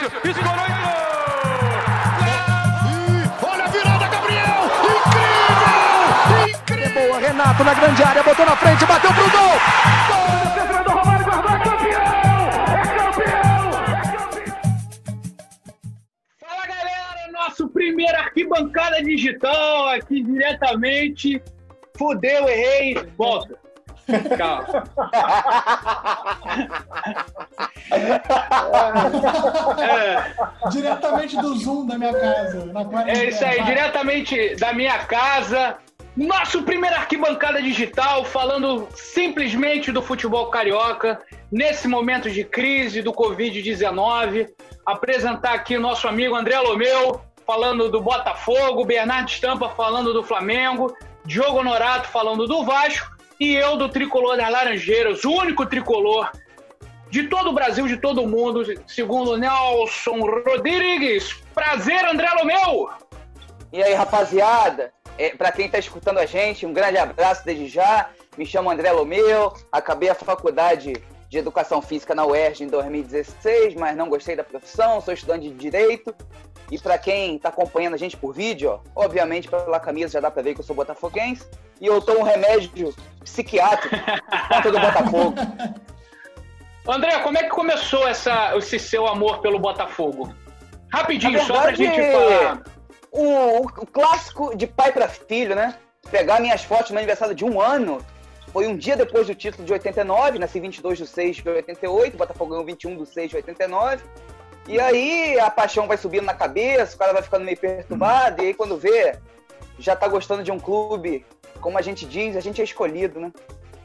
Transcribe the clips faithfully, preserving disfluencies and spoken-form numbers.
Cássio, escorou e gol! Olha a virada, Gabriel! Incrível! Incrível! É boa, Renato na grande área, botou na frente, bateu pro gol! Gol! Defesa do Romário, guardou, é campeão! É campeão! É campeão! Fala, galera! Nosso primeiro arquibancada digital aqui diretamente. Fudeu, errei. Volta. Calma. É. Diretamente do Zoom da minha casa. Na é isso aí, diretamente da minha casa. Nosso primeiro arquibancada digital, falando simplesmente do futebol carioca, nesse momento de crise do covid dezenove. Apresentar aqui o nosso amigo André Lomeu, falando do Botafogo, Bernardo Stampa falando do Flamengo, Diogo Honorato falando do Vasco, e eu do Tricolor das Laranjeiras, o único tricolor de todo o Brasil, de todo o mundo, segundo Nelson Rodrigues. Prazer, André Lomeu! E aí, rapaziada? É, para quem está escutando a gente, um grande abraço desde já. Me chamo André Lomeu, acabei a faculdade de Educação Física na U E R J em dois mil e dezesseis, mas não gostei da profissão, sou estudante de Direito. E para quem está acompanhando a gente por vídeo, ó, obviamente pela camisa já dá para ver que eu sou botafoguense. E eu tomo um remédio psiquiátrico contra do Botafogo. André, como é que começou essa, esse seu amor pelo Botafogo? Rapidinho, verdade, só pra gente falar. O, o clássico de pai para filho, né? Pegar minhas fotos no meu aniversário de um ano. Foi um dia depois do título de oitenta e nove, nasci vinte e dois de seis de oitenta e oito, o Botafogo ganhou vinte e um de seis de oitenta e nove. E aí a paixão vai subindo na cabeça, o cara vai ficando meio perturbado, e aí quando vê, já tá gostando de um clube, como a gente diz, a gente é escolhido, né?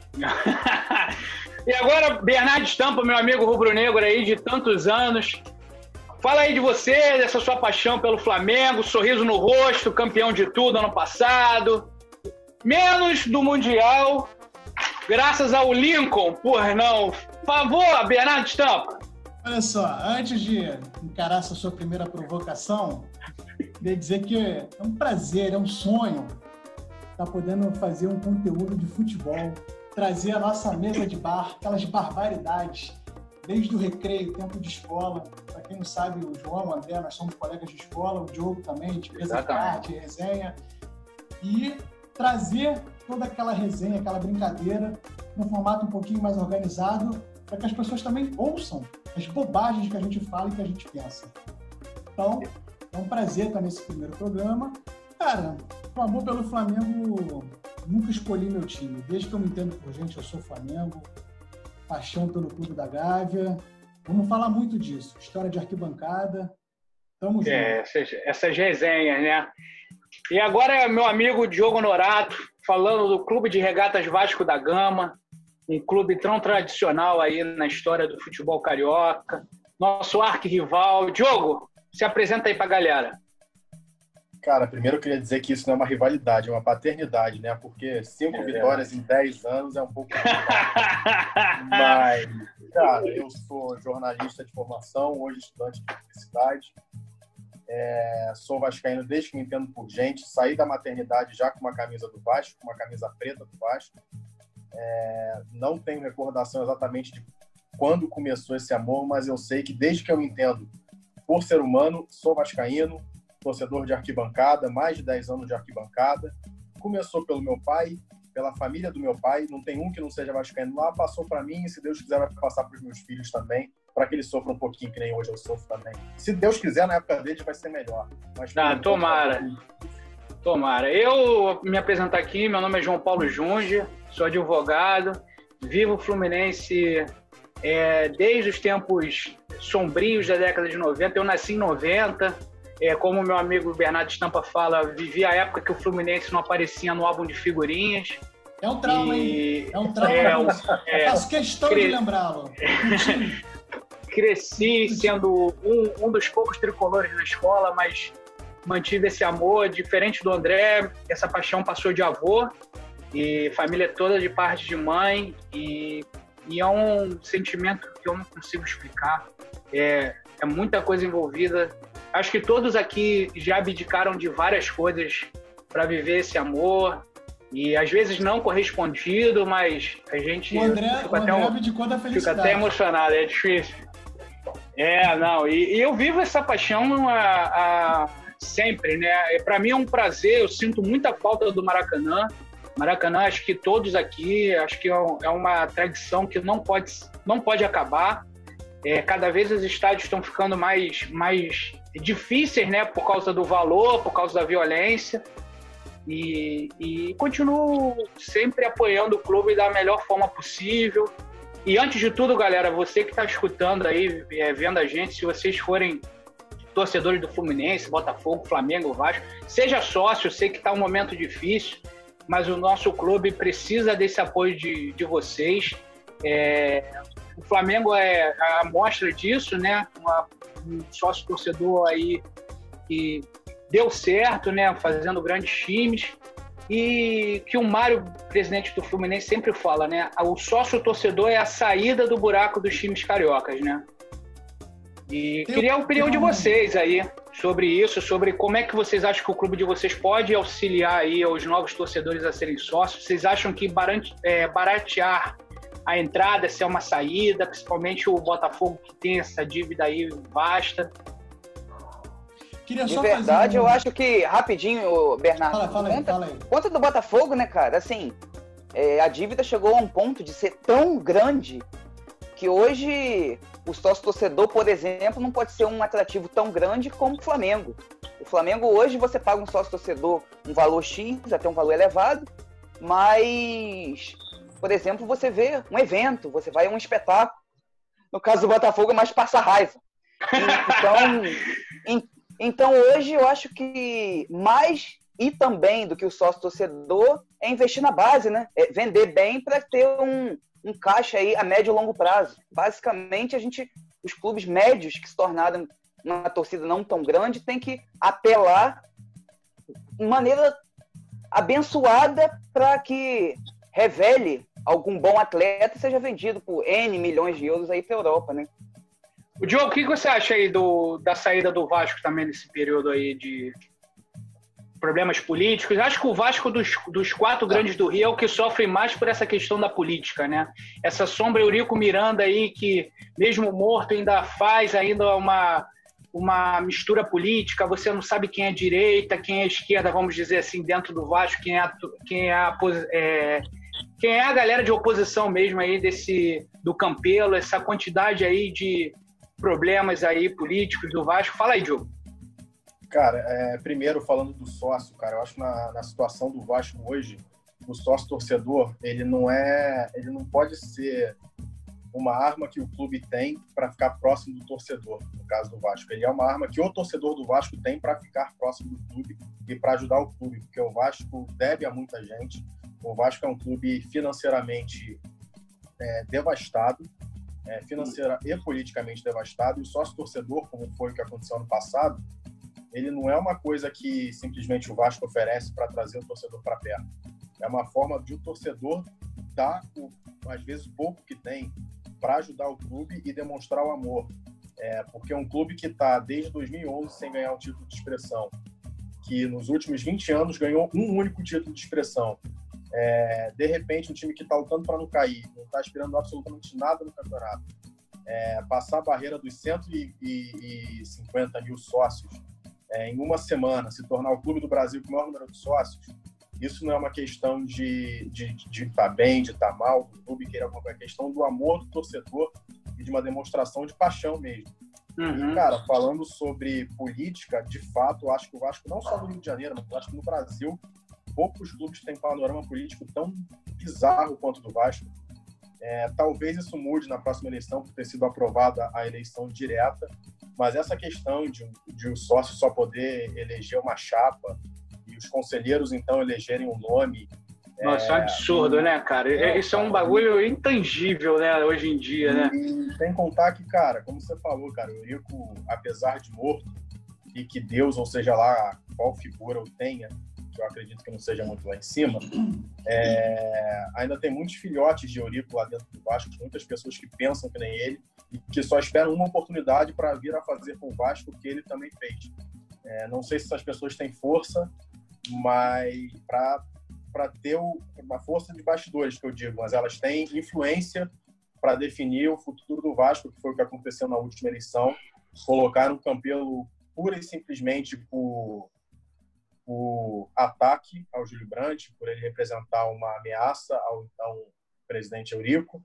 E agora, Bernardo Stampa, meu amigo rubro-negro aí de tantos anos, fala aí de você, dessa sua paixão pelo Flamengo, sorriso no rosto, campeão de tudo ano passado, menos do Mundial, graças ao Lincoln, por não. Por favor, Bernardo Stampa. Olha só, antes de encarar essa sua primeira provocação, queria dizer que é um prazer, é um sonho estar podendo fazer um conteúdo de futebol, trazer a nossa mesa de bar, aquelas barbaridades, desde o recreio, tempo de escola. Para quem não sabe, o João, o André, nós somos colegas de escola, o Diogo também, de mesa de kart, resenha. E trazer toda aquela resenha, aquela brincadeira, num formato um pouquinho mais organizado, para que as pessoas também ouçam as bobagens que a gente fala e que a gente pensa. Então, é um prazer estar nesse primeiro programa. Cara, o amor pelo Flamengo, nunca escolhi meu time. Desde que eu me entendo por gente, eu sou Flamengo. Paixão pelo Clube da Gávea. Vamos falar muito disso. História de arquibancada. Tamo junto. É, essas, essas resenhas, né? E agora, meu amigo Diogo Honorato, falando do Clube de Regatas Vasco da Gama, um clube tão tradicional aí na história do futebol carioca. Nosso arquirrival. Diogo, se apresenta aí pra galera. Cara, primeiro eu queria dizer que isso não é uma rivalidade, é uma paternidade, né? Porque cinco é vitórias em dez anos é um pouco Mas, cara, eu sou jornalista de formação, hoje estudante de publicidade. É, sou vascaíno desde que me entendo por gente. Saí da maternidade já com uma camisa do Vasco, com uma camisa preta do Vasco. É, não tenho recordação exatamente de quando começou esse amor, mas eu sei que desde que eu me entendo por ser humano, sou vascaíno, torcedor de arquibancada, mais de dez anos de arquibancada. Começou pelo meu pai, pela família do meu pai, não tem um que não seja vascaíno lá, passou para mim e se Deus quiser vai passar para os meus filhos também, para que eles sofram um pouquinho, que nem hoje eu sofro também. Se Deus quiser, na época deles vai ser melhor. Mas, ah, tomara. Tomara. Eu me apresentar aqui, meu nome é João Paulo Junge, sou advogado, vivo Fluminense é, desde os tempos sombrios da década de noventa. Eu nasci em noventa, é, como meu amigo Bernardo Stampa fala, vivi a época que o Fluminense não aparecia no álbum de figurinhas. É um trauma, e... hein? É um trauma. É, um, é, faço questão cre... de lembrá-lo. Cresci sendo um, um dos poucos tricolores na escola, mas mantive esse amor. Diferente do André, essa paixão passou de avô e família toda de parte de mãe, e, e é um sentimento que eu não consigo explicar. É, é muita coisa envolvida. Acho que todos aqui já abdicaram de várias coisas para viver esse amor, e às vezes não correspondido, mas a gente o André, fica, o até, André um, abdicou da fica felicidade. até emocionado, é difícil. É, não, e, e eu vivo essa paixão a, a, sempre, né? Para mim é um prazer, eu sinto muita falta do Maracanã. Maracanã, acho que todos aqui, acho que é uma tradição que não pode, não pode acabar. É, cada vez os estádios estão ficando mais, mais difíceis, né? Por causa do valor, por causa da violência. E, e continuo sempre apoiando o clube da melhor forma possível. E antes de tudo, galera, você que está escutando aí, é, vendo a gente, se vocês forem torcedores do Fluminense, Botafogo, Flamengo, Vasco, seja sócio, eu sei que está um momento difícil, mas o nosso clube precisa desse apoio de, de vocês. É, o Flamengo é a amostra disso, né? Uma, um sócio torcedor aí que deu certo, né? Fazendo grandes times. E que o Mário, presidente do Fluminense, sempre fala, né? O sócio-torcedor é a saída do buraco dos times cariocas, né? E tem, queria a opinião tem... de vocês aí sobre isso, sobre como é que vocês acham que o clube de vocês pode auxiliar aí os novos torcedores a serem sócios. Vocês acham que barate, é, baratear a entrada se é uma saída, principalmente o Botafogo que tem essa dívida aí vasta? De verdade, um... eu acho que, rapidinho, Bernardo, fala, fala aí, conta, fala aí. conta do Botafogo, né, cara? Assim, é, a dívida chegou a um ponto de ser tão grande que hoje o sócio-torcedor, por exemplo, não pode ser um atrativo tão grande como o Flamengo. O Flamengo, hoje, você paga um sócio-torcedor um valor X, até um valor elevado, mas, por exemplo, você vê um evento, você vai a um espetáculo. No caso do Botafogo, é mais passa raiva. Então... em, Então, hoje, eu acho que mais e também do que o sócio-torcedor é investir na base, né? É vender bem para ter um, um caixa aí a médio e longo prazo. Basicamente, a gente, os clubes médios que se tornaram uma torcida não tão grande têm que apelar de maneira abençoada para que revele algum bom atleta e seja vendido por N milhões de euros aí para a Europa, né? O Diogo, o que você acha aí do, da saída do Vasco também nesse período aí de problemas políticos? Acho que o Vasco dos, dos quatro grandes do Rio é o que sofre mais por essa questão da política, né? Essa sombra Eurico Miranda aí que, mesmo morto, ainda faz ainda uma, uma mistura política. Você não sabe quem é direita, quem é esquerda, vamos dizer assim, dentro do Vasco, quem é a, quem é a, é, quem é a galera de oposição mesmo aí desse, do Campelo, essa quantidade aí de problemas aí políticos do Vasco. Fala aí, Diogo. Cara, é, primeiro falando do sócio, cara, eu acho que na, na situação do Vasco hoje, o sócio torcedor, ele não é, ele não pode ser uma arma que o clube tem para ficar próximo do torcedor, no caso do Vasco. Ele é uma arma que o torcedor do Vasco tem para ficar próximo do clube e para ajudar o clube, porque o Vasco deve a muita gente. O Vasco é um clube financeiramente é, devastado, É, financeira e politicamente devastado, e o sócio-torcedor, como foi o que aconteceu ano passado, ele não é uma coisa que simplesmente o Vasco oferece para trazer o torcedor para perto. É uma forma de o torcedor dar, o, às vezes, pouco que tem para ajudar o clube e demonstrar o amor. É, porque é um clube que está desde dois mil e onze sem ganhar um título de expressão, que nos últimos vinte anos ganhou um único título de expressão. É, de repente, um time que está lutando para não cair, não está esperando absolutamente nada no campeonato, é, passar a barreira dos cento e cinquenta mil sócios é, em uma semana, se tornar o clube do Brasil com o maior número de sócios, isso não é uma questão de de estar tá bem, de estar tá mal, do clube queira alguma coisa, é questão do amor do torcedor e de uma demonstração de paixão mesmo. Uhum. E, cara, falando sobre política, de fato, eu acho que o Vasco, não só no Rio de Janeiro, mas eu acho que no Brasil, poucos clubes têm panorama político tão bizarro quanto o do Vasco. É, talvez isso mude na próxima eleição, por ter sido aprovada a eleição direta, mas essa questão de, de o sócio só poder eleger uma chapa e os conselheiros, então, elegerem um nome... Nossa, é um absurdo, né, cara? É, isso é um bagulho intangível, né, hoje em dia, e, né? E sem contar que, cara, como você falou, cara, o Eurico, apesar de morto, e que Deus, ou seja lá, qual figura o tenha, que eu acredito que não seja muito lá em cima, é, ainda tem muitos filhotes de Eurico lá dentro do Vasco, muitas pessoas que pensam que nem ele e que só esperam uma oportunidade para vir a fazer com o Vasco o que ele também fez. É, não sei se essas pessoas têm força, mas para ter o, uma força de bastidores, que eu digo, mas elas têm influência para definir o futuro do Vasco, que foi o que aconteceu na última eleição. Colocaram o Campelo pura e simplesmente por, por ataque ao Júlio Brandt, por ele representar uma ameaça ao então presidente Eurico.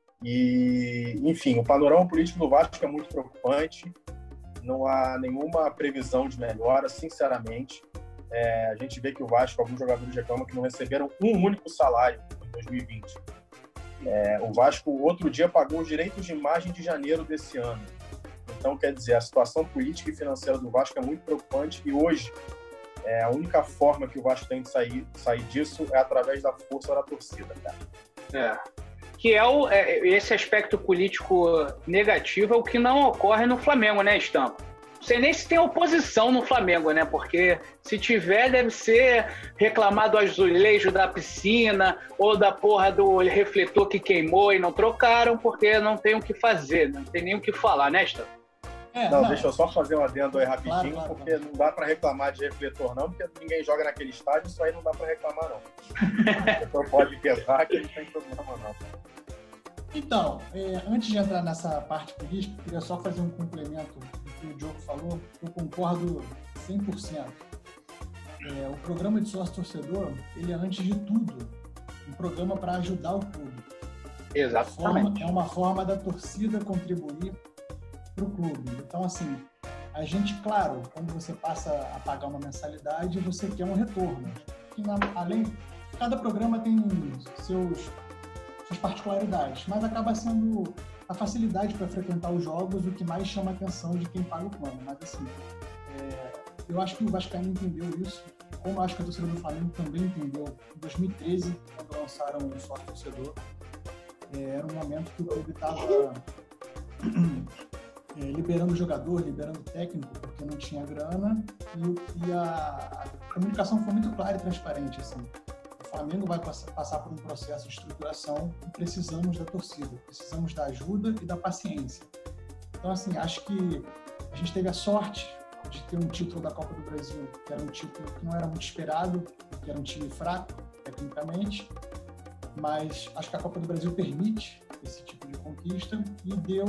E, enfim, o panorama político do Vasco é muito preocupante. Não há nenhuma previsão de melhora, sinceramente. É, a gente vê que o Vasco, alguns jogadores reclamam que não receberam um único salário em dois mil e vinte. É, o Vasco, outro dia, pagou os direitos de imagem de janeiro desse ano. Então, quer dizer, a situação política e financeira do Vasco é muito preocupante e hoje é, a única forma que o Vasco tem de sair, sair disso é através da força da torcida, cara. É. Que é, o, é esse aspecto político negativo, é o que não ocorre no Flamengo, né, Estampa? Não sei nem se tem oposição no Flamengo, né? Porque se tiver, deve ser reclamar do azulejo da piscina ou da porra do refletor que queimou e não trocaram, porque não tem o que fazer, não tem nem o que falar, né, Estampa? É, não, não, deixa eu só fazer um adendo aí rapidinho, claro, claro, porque claro. Não dá para reclamar de refletor não, porque ninguém joga naquele estádio, isso aí não dá para reclamar não. Então pode pensar que não tem problema não. Então, é, antes de entrar nessa parte política, eu queria só fazer um complemento do que o Diogo falou, eu concordo cem por cento. É, o programa de sócio-torcedor, ele é, antes de tudo, um programa para ajudar o clube. Exatamente. É uma forma da torcida contribuir para o clube. Então, assim, a gente, claro, quando você passa a pagar uma mensalidade, você quer um retorno. Que, na, além, cada programa tem seus, suas particularidades, mas acaba sendo a facilidade para frequentar os jogos o que mais chama a atenção de quem paga o plano. Mas, assim, é, eu acho que o Vascaíno entendeu isso, como eu acho que a torcida do Flamengo também entendeu. Em dois mil e treze, quando lançaram o sócio-torcedor, é, era um momento que o clube estava... É, liberando o jogador, liberando o técnico, porque não tinha grana, e, e a, a comunicação foi muito clara e transparente. Assim. O Flamengo vai pass- passar por um processo de estruturação e precisamos da torcida, precisamos da ajuda e da paciência. Então, assim, acho que a gente teve a sorte de ter um título da Copa do Brasil, que era um título que não era muito esperado, que era um time fraco, tecnicamente, mas acho que a Copa do Brasil permite esse tipo de conquista e deu...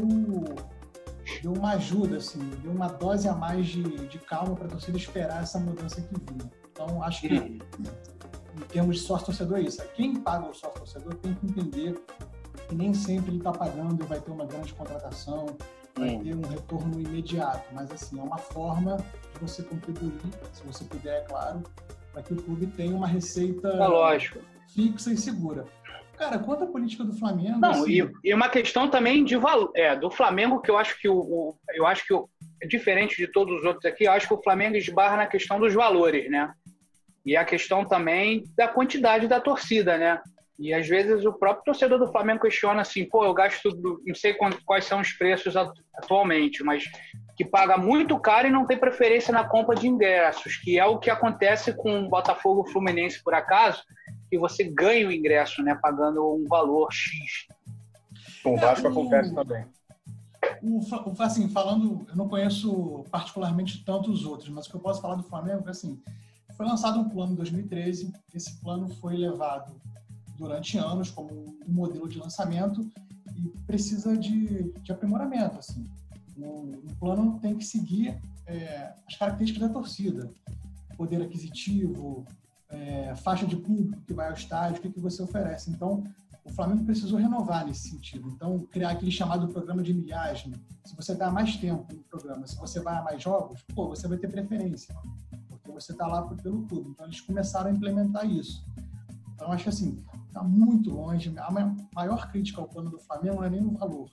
deu uma ajuda, assim, deu uma dose a mais de, de calma para a torcida esperar essa mudança que vinha. Então, acho que, em termos de sócio-torcedor, é isso. Quem paga o sócio-torcedor tem que entender que nem sempre ele está pagando e vai ter uma grande contratação, vai ter um retorno imediato. Mas, assim, é uma forma de você contribuir, se você puder, é claro, para que o clube tenha uma receita é lógico. fixa e segura. Cara, quanto à política do Flamengo... Não, assim... e, e uma questão também de valor, é, do Flamengo, que eu acho que o, o eu acho que o, diferente de todos os outros aqui, eu acho que o Flamengo esbarra na questão dos valores, né? E a questão também da quantidade da torcida, né? E às vezes o próprio torcedor do Flamengo questiona assim, pô, eu gasto, não sei quais são os preços atualmente, mas que paga muito caro e não tem preferência na compra de ingressos, que é o que acontece com o Botafogo Fluminense, por acaso, que você ganha o ingresso, né, pagando um valor X. Com o Vasco é, o, acontece também. O, o, assim, falando, eu não conheço particularmente tantos outros, mas o que eu posso falar do Flamengo é assim, foi lançado um plano em dois mil e treze, esse plano foi levado durante anos como um modelo de lançamento e precisa de, de aprimoramento, assim. O, o plano tem que seguir é, as características da torcida, poder aquisitivo, É, faixa de público que vai ao estádio, o que, que você oferece. Então, o Flamengo precisou renovar nesse sentido. Então, criar aquele chamado programa de milhagem. Se você está mais tempo no programa, se você vai a mais jogos, pô, você vai ter preferência, porque você está lá pelo clube. Então, eles começaram a implementar isso. Então, acho que assim, está muito longe. A maior crítica ao plano do Flamengo não é nem no valor,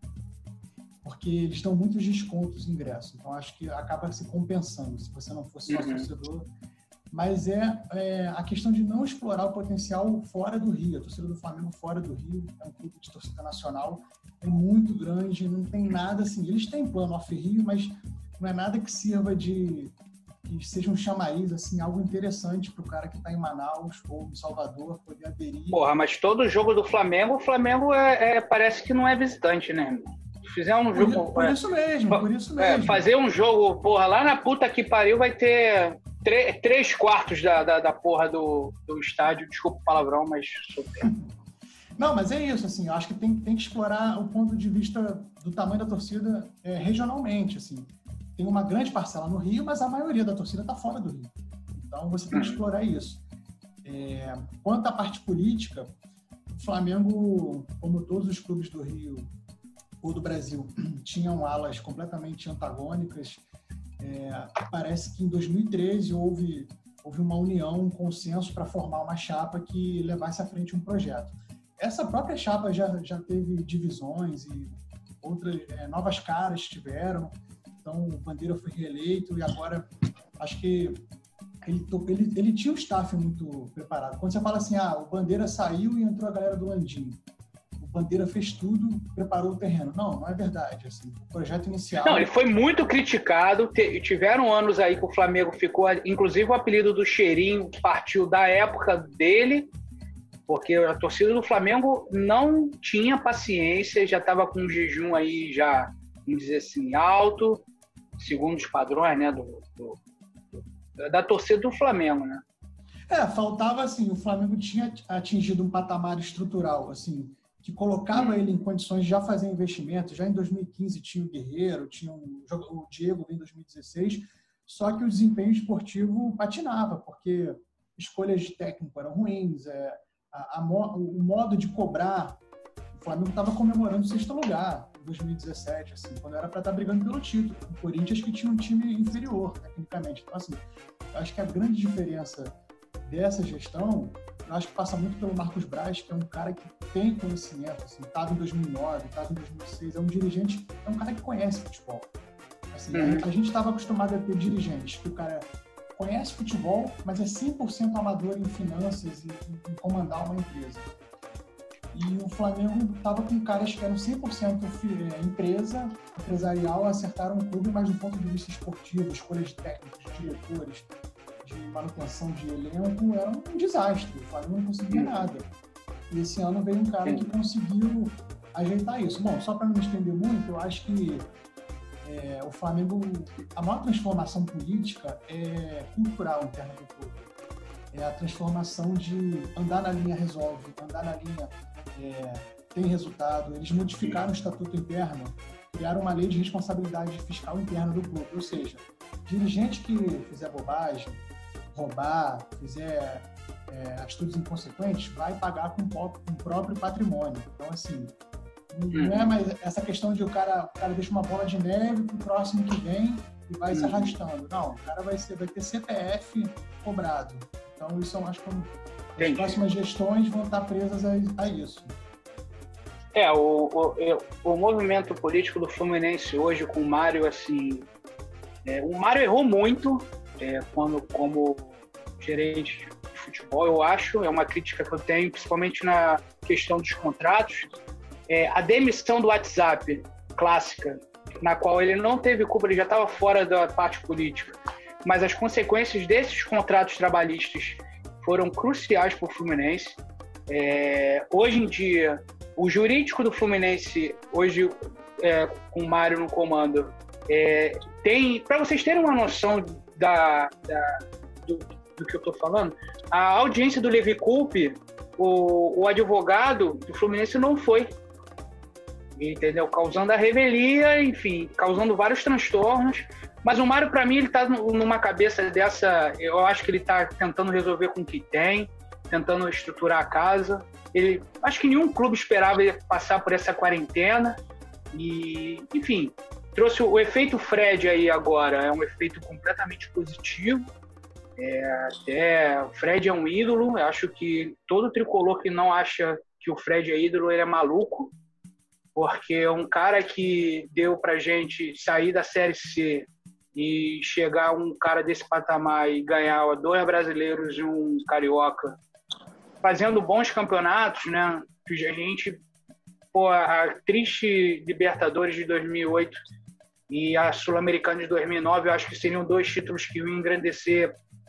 porque eles dão muitos descontos em ingresso. Então, acho que acaba se compensando. Se você não fosse sócio torcedor, mas é, é a questão de não explorar o potencial fora do Rio. A torcida do Flamengo fora do Rio é um clube de torcida nacional, é muito grande, não tem nada assim. Eles têm plano off-Rio, mas não é nada que sirva de... que seja um chamariz, assim, algo interessante para o cara que está em Manaus ou em Salvador poder aderir. Porra, mas todo jogo do Flamengo, o Flamengo é, é, parece que não é visitante, né, irmão? Fizer um por, jogo... Por isso mesmo, por isso mesmo. É, fazer um jogo, porra, lá na puta que pariu vai ter... Três quartos da, da, da porra do, do estádio, desculpa o palavrão, mas super. Não, mas é isso, assim, eu acho que tem, tem que explorar o ponto de vista do tamanho da torcida é, regionalmente, assim. Tem uma grande parcela no Rio, mas a maioria da torcida está fora do Rio. Então, você tem que explorar isso. É, quanto à parte política, o Flamengo, como todos os clubes do Rio ou do Brasil, tinham alas completamente antagônicas. É, parece que em dois mil e treze houve, houve uma união, um consenso para formar uma chapa que levasse à frente um projeto. Essa própria chapa já, já teve divisões e outras é, novas caras tiveram. Então, o Bandeira foi reeleito e agora acho que ele, ele, ele tinha um staff muito preparado. Quando você fala assim, ah, o Bandeira saiu e entrou a galera do Landim. O Bandeira fez tudo, preparou o terreno. Não, não é verdade. Assim, o projeto inicial... Não, ele foi muito criticado. Tiveram anos aí que o Flamengo ficou... Inclusive, o apelido do Cheirinho partiu da época dele, porque a torcida do Flamengo não tinha paciência, já estava com um jejum aí, já, vamos dizer assim, alto, segundo os padrões, né, do, do, do, da torcida do Flamengo, né? É, faltava, assim, o Flamengo tinha atingido um patamar estrutural, assim, que colocava hum. ele em condições de já fazer investimento. Já em dois mil e quinze tinha o Guerreiro, tinha um, o Diego em dois mil e dezesseis, só que o desempenho esportivo patinava, porque escolhas de técnico eram ruins, é, a, a, o modo de cobrar, o Flamengo estava comemorando o sexto lugar em dois mil e dezessete, assim, quando era para estar brigando pelo título. O Corinthians que tinha um time inferior, tecnicamente. Então, assim, eu acho que a grande diferença dessa gestão, eu acho que passa muito pelo Marcos Braz, que é um cara que tem conhecimento, assim, estava em dois mil e nove, estava em dois mil e seis, é um dirigente, é um cara que conhece futebol. Assim, uhum. A gente estava acostumado a ter dirigentes que o cara conhece futebol, mas é cem por cento amador em finanças e em comandar uma empresa. E o Flamengo estava com caras que eram cem por cento empresa, empresarial, acertaram o clube, mas do ponto de vista esportivo, escolhas de técnicos, de diretores, de manutenção de elenco, era um desastre. O Flamengo não conseguia nada. E esse ano veio um cara que conseguiu ajeitar isso. Bom, só para não me estender muito, eu acho que é, o Flamengo, a maior transformação política é cultural interna do clube. É a transformação de andar na linha resolve, andar na linha é, tem resultado. Eles modificaram o estatuto interno, criaram uma lei de responsabilidade fiscal interna do clube. Ou seja, dirigente que fizer bobagem, roubar, fizer é, atitudes inconsequentes, vai pagar com o próprio patrimônio. Então, assim, não é mais essa questão de o cara, o cara deixa uma bola de neve pro próximo que vem e vai se arrastando. Não, o cara vai, ser, vai ter C P F cobrado. Então, isso eu acho que as próximas gestões vão estar presas a, a isso. É, o, o, o movimento político do Fluminense hoje com o Mário, assim, é, o Mário errou muito é, quando, como gerente de futebol, eu acho, é uma crítica que eu tenho, principalmente na questão dos contratos. É, a demissão do WhatsApp, clássica, na qual ele não teve culpa, ele já estava fora da parte política, mas as consequências desses contratos trabalhistas foram cruciais para o Fluminense. É, hoje em dia, o jurídico do Fluminense, hoje é, com o Mário no comando, é, tem, para vocês terem uma noção da, da, do, do que eu estou falando, a audiência do Levi Coupe, o, o advogado do Fluminense não foi, entendeu? Causando a revelia, enfim, causando vários transtornos. Mas o Mário, para mim, ele está numa cabeça dessa, eu acho que ele está tentando resolver com o que tem, tentando estruturar a casa. Ele, acho que nenhum clube esperava ele passar por essa quarentena e, enfim, trouxe o, o efeito Fred aí agora, é um efeito completamente positivo. É, até o Fred é um ídolo, eu acho que todo tricolor que não acha que o Fred é ídolo, ele é maluco, porque é um cara que deu pra gente sair da Série C e chegar um cara desse patamar e ganhar dois brasileiros e um carioca, fazendo bons campeonatos, né? A gente, pô, a triste Libertadores de dois mil e oito e a Sul-Americana de dois mil e nove, eu acho que seriam dois títulos que iam engrandecer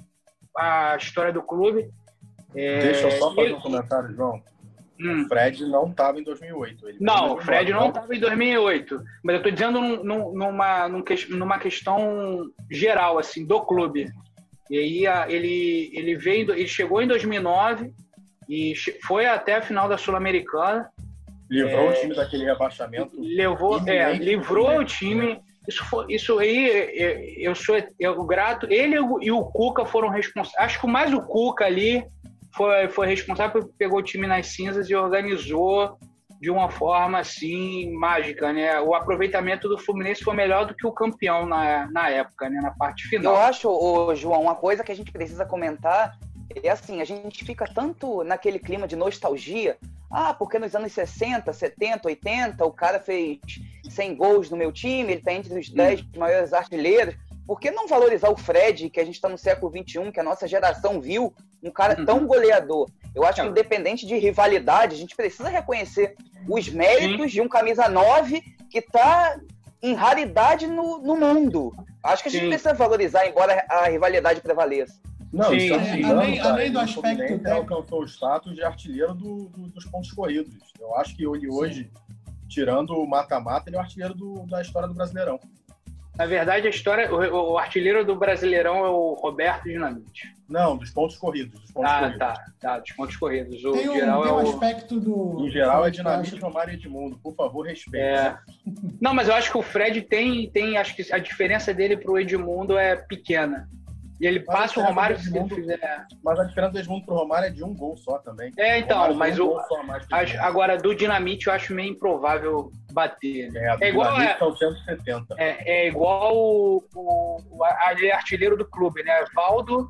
a história do clube. É... Deixa eu só fazer um comentário, João. Hum. O Fred não estava em dois mil e oito. Ele não, o Fred não estava em dois mil e oito. Mas eu estou dizendo num, numa, numa questão geral, assim, do clube. E aí ele, ele, veio, ele chegou em dois mil e nove, e foi até a final da Sul-Americana. Livrou é, o time daquele rebaixamento. Levou, é, livrou o time. Isso, foi, isso aí, eu sou eu, grato. Ele e o Cuca foram responsáveis. Acho que mais o Cuca ali foi, foi responsável por pegou o time nas cinzas e organizou de uma forma assim mágica, né? O aproveitamento do Fluminense foi melhor do que o campeão na, na época, né? Na parte final. Eu acho, ô, João, uma coisa que a gente precisa comentar é assim, a gente fica tanto naquele clima de nostalgia. Ah, porque nos anos sessenta, setenta, oitenta o cara fez cem gols no meu time, ele tá entre os dez hum. maiores artilheiros. Por que não valorizar o Fred, que a gente está no século vinte e um, que a nossa geração viu, um cara uhum. tão goleador? Eu acho que, independente de rivalidade, a gente precisa reconhecer os méritos Sim. de um camisa nove que está em raridade no, no mundo. Acho que a gente Sim. precisa valorizar, embora a rivalidade prevaleça. Não, Sim, isso sim. Ano, além, cara, além do aspecto técnico, alcançou o status de artilheiro do, do, dos pontos corridos. Eu acho que ele hoje, tirando o mata-mata, ele é o artilheiro do, da história do Brasileirão. Na verdade, a história, o, o artilheiro do Brasileirão é o Roberto Dinamite. Não, dos pontos corridos. Dos pontos ah, corridos. tá, tá, dos pontos corridos. O tem um, geral tem é um o... aspecto do... Em geral é Dinamite, Romário e Edmundo. Por favor, respeite. É. Não, mas eu acho que o Fred tem, tem, acho que a diferença dele pro Edmundo é pequena. E ele mas passa o Romário se ele fizer... Mas a diferença do Edmundo pro Romário é de um gol só também. É, então, o mas um o... Acho, agora, do Dinamite eu acho meio improvável bater. É, é igual é, são cento e setenta. É, é igual o, o, o artilheiro do clube, né? Valdo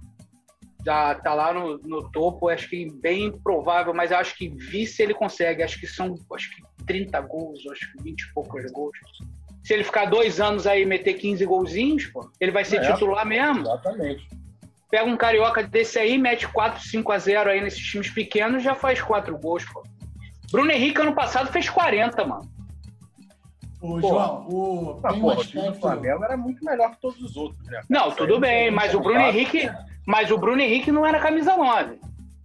já tá lá no, no topo, acho que bem improvável, mas eu acho que vice ele consegue. Acho que são acho que trinta gols, acho que vinte e poucos gols. Se ele ficar dois anos aí e meter quinze golzinhos, pô, ele vai ser é, titular mesmo. Exatamente. Pega um carioca desse aí, mete quatro, cinco a zero aí nesses times pequenos, já faz quatro gols, pô. Bruno Henrique, ano passado, fez quarenta, mano. Ô, João, o... Ah, tem porra, um o time do aspecto... Flamengo era muito melhor que todos os outros, né? Não, Isso tudo bem, mas o Bruno Henrique... Mas o Bruno Henrique não era camisa nove.